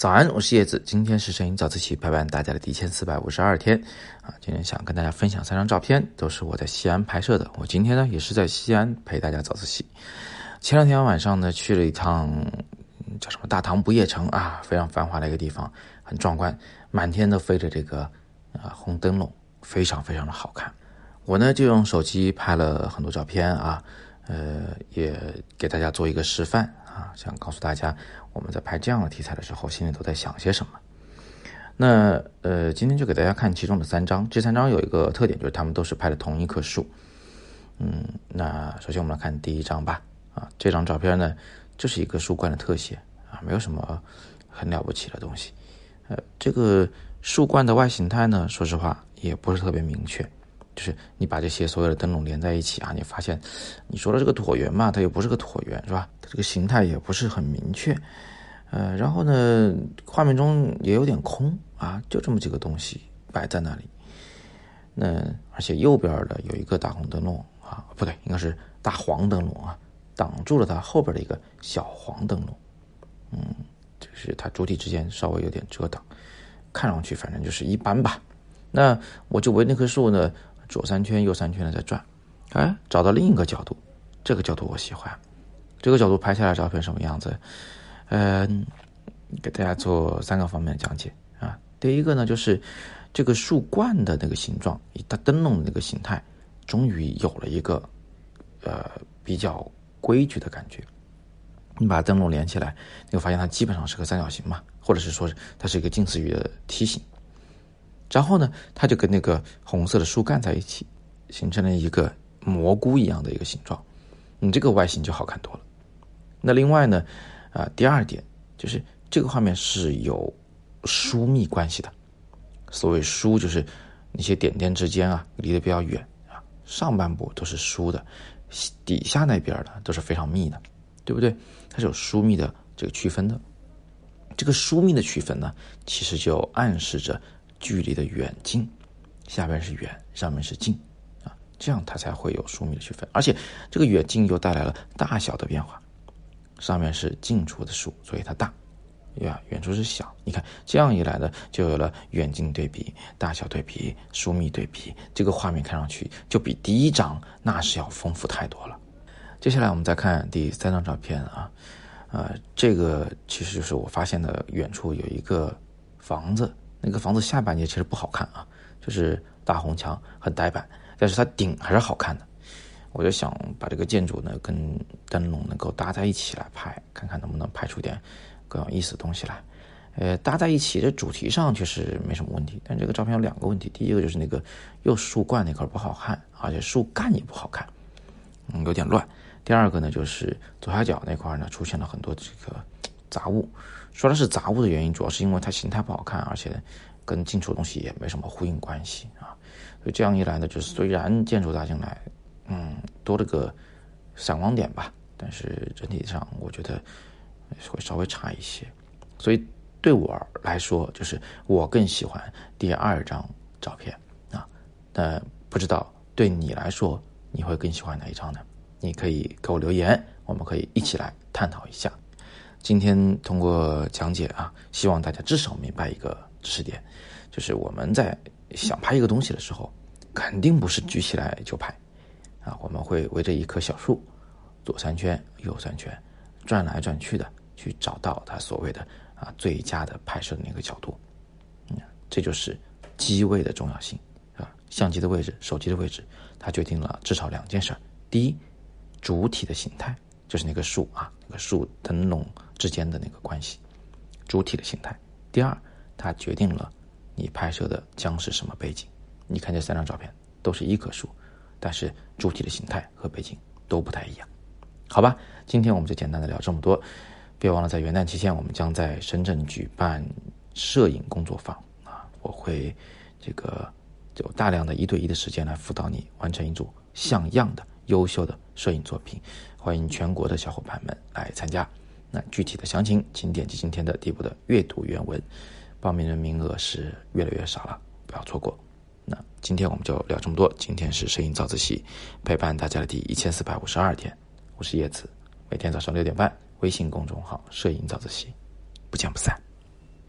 早安，我是叶子，今天是摄影早自习陪伴大家的第1452天啊。今天想跟大家分享3张照片，都是我在西安拍摄的。我今天呢也是在西安陪大家早自习。前2天晚上呢去了一趟叫什么大唐不夜城啊，非常繁华的一个地方，很壮观，满天都飞着这个红灯笼，非常非常的好看。我呢就用手机拍了很多照片啊，也给大家做一个示范啊，想告诉大家我们在拍这样的题材的时候心里都在想些什么。那今天就给大家看其中的3张，这3张有一个特点，就是他们都是拍的同一棵树。那首先我们来看第一张吧。这张照片呢就是一个树冠的特写啊，没有什么很了不起的东西。这个树冠的外形态呢，说实话也不是特别明确。就是你把这些所有的灯笼连在一起啊，你发现你说的这个椭圆嘛，它又不是个椭圆，是吧？它这个形态也不是很明确。然后呢，画面中也有点空啊，就这么几个东西摆在那里。那而且右边的有一个大红灯笼啊，不对，应该是大黄灯笼啊，挡住了它后边的一个小黄灯笼。就是它主体之间稍微有点遮挡，看上去反正就是一般吧。那我就围那棵树呢，左3圈右3圈的在转，找到另一个角度，这个角度我喜欢。这个角度拍下来照片什么样子？给大家做3个方面的讲解啊。第一个呢，就是这个树冠的那个形状，它灯笼的那个形态，终于有了一个比较规矩的感觉。你把灯笼连起来，你会发现它基本上是个三角形嘛，或者是说它是一个近似于的梯形。然后呢，它就跟那个红色的树干在一起，形成了一个蘑菇一样的一个形状。这个外形就好看多了。那另外呢，第2点就是这个画面是有疏密关系的。所谓疏，就是那些点点之间啊离得比较远啊，上半部都是疏的，底下那边呢都是非常密的，对不对？它是有疏密的这个区分的。这个疏密的区分呢，其实就暗示着距离的远近，下边是远，上面是近啊，这样它才会有疏密的区分。而且这个远近又带来了大小的变化，上面是近处的树，所以它大，远处是小。你看这样一来呢，就有了远近对比、大小对比、疏密对比，这个画面看上去就比第1张那是要丰富太多了。接下来我们再看第3张照片啊。这个其实就是我发现的远处有一个房子，那个房子下半截其实不好看啊，就是大红墙，很呆板，但是它顶还是好看的。我就想把这个建筑呢跟灯笼能够搭在一起来拍，看看能不能拍出点更有意思的东西来。搭在一起这主题上确实没什么问题，但这个照片有2个问题。第一个就是那个右树冠那块不好看，而且树干也不好看，有点乱。第2个呢，就是左下角那块呢出现了很多这个杂物。说它是杂物的原因，主要是因为它形态不好看，而且跟近处的东西也没什么呼应关系啊。所以这样一来呢，就是虽然建筑搭进来，多了个闪光点吧，但是整体上我觉得会稍微差一些。所以对我来说，就是我更喜欢第2张照片啊。但不知道对你来说，你会更喜欢哪一张呢？你可以给我留言，我们可以一起来探讨一下。今天通过讲解啊，希望大家至少明白一个知识点，就是我们在想拍一个东西的时候，肯定不是举起来就拍啊，我们会围着一棵小树，左3圈右3圈，转来转去的去找到它所谓的最佳的拍摄的那个角度。这就是机位的重要性啊，相机的位置、手机的位置，它决定了至少2件事。第一，主体的形态，就是那个树啊，那个树灯笼之间的那个关系，主体的形态。第2，它决定了你拍摄的将是什么背景。你看这3张照片都是一棵树，但是主体的形态和背景都不太一样。好吧，今天我们就简单的聊这么多。别忘了在元旦期间，我们将在深圳举办摄影工作坊啊，我会有大量的1对1的时间来辅导你完成一组像样的优秀的摄影作品，欢迎全国的小伙伴们来参加。那具体的详情请点击今天的底部的阅读原文，报名的名额是越来越少了，不要错过。那今天我们就聊这么多，今天是摄影早自习陪伴大家的第1452天，我是叶子，每天早上6点半，微信公众号摄影早自习，不见不散。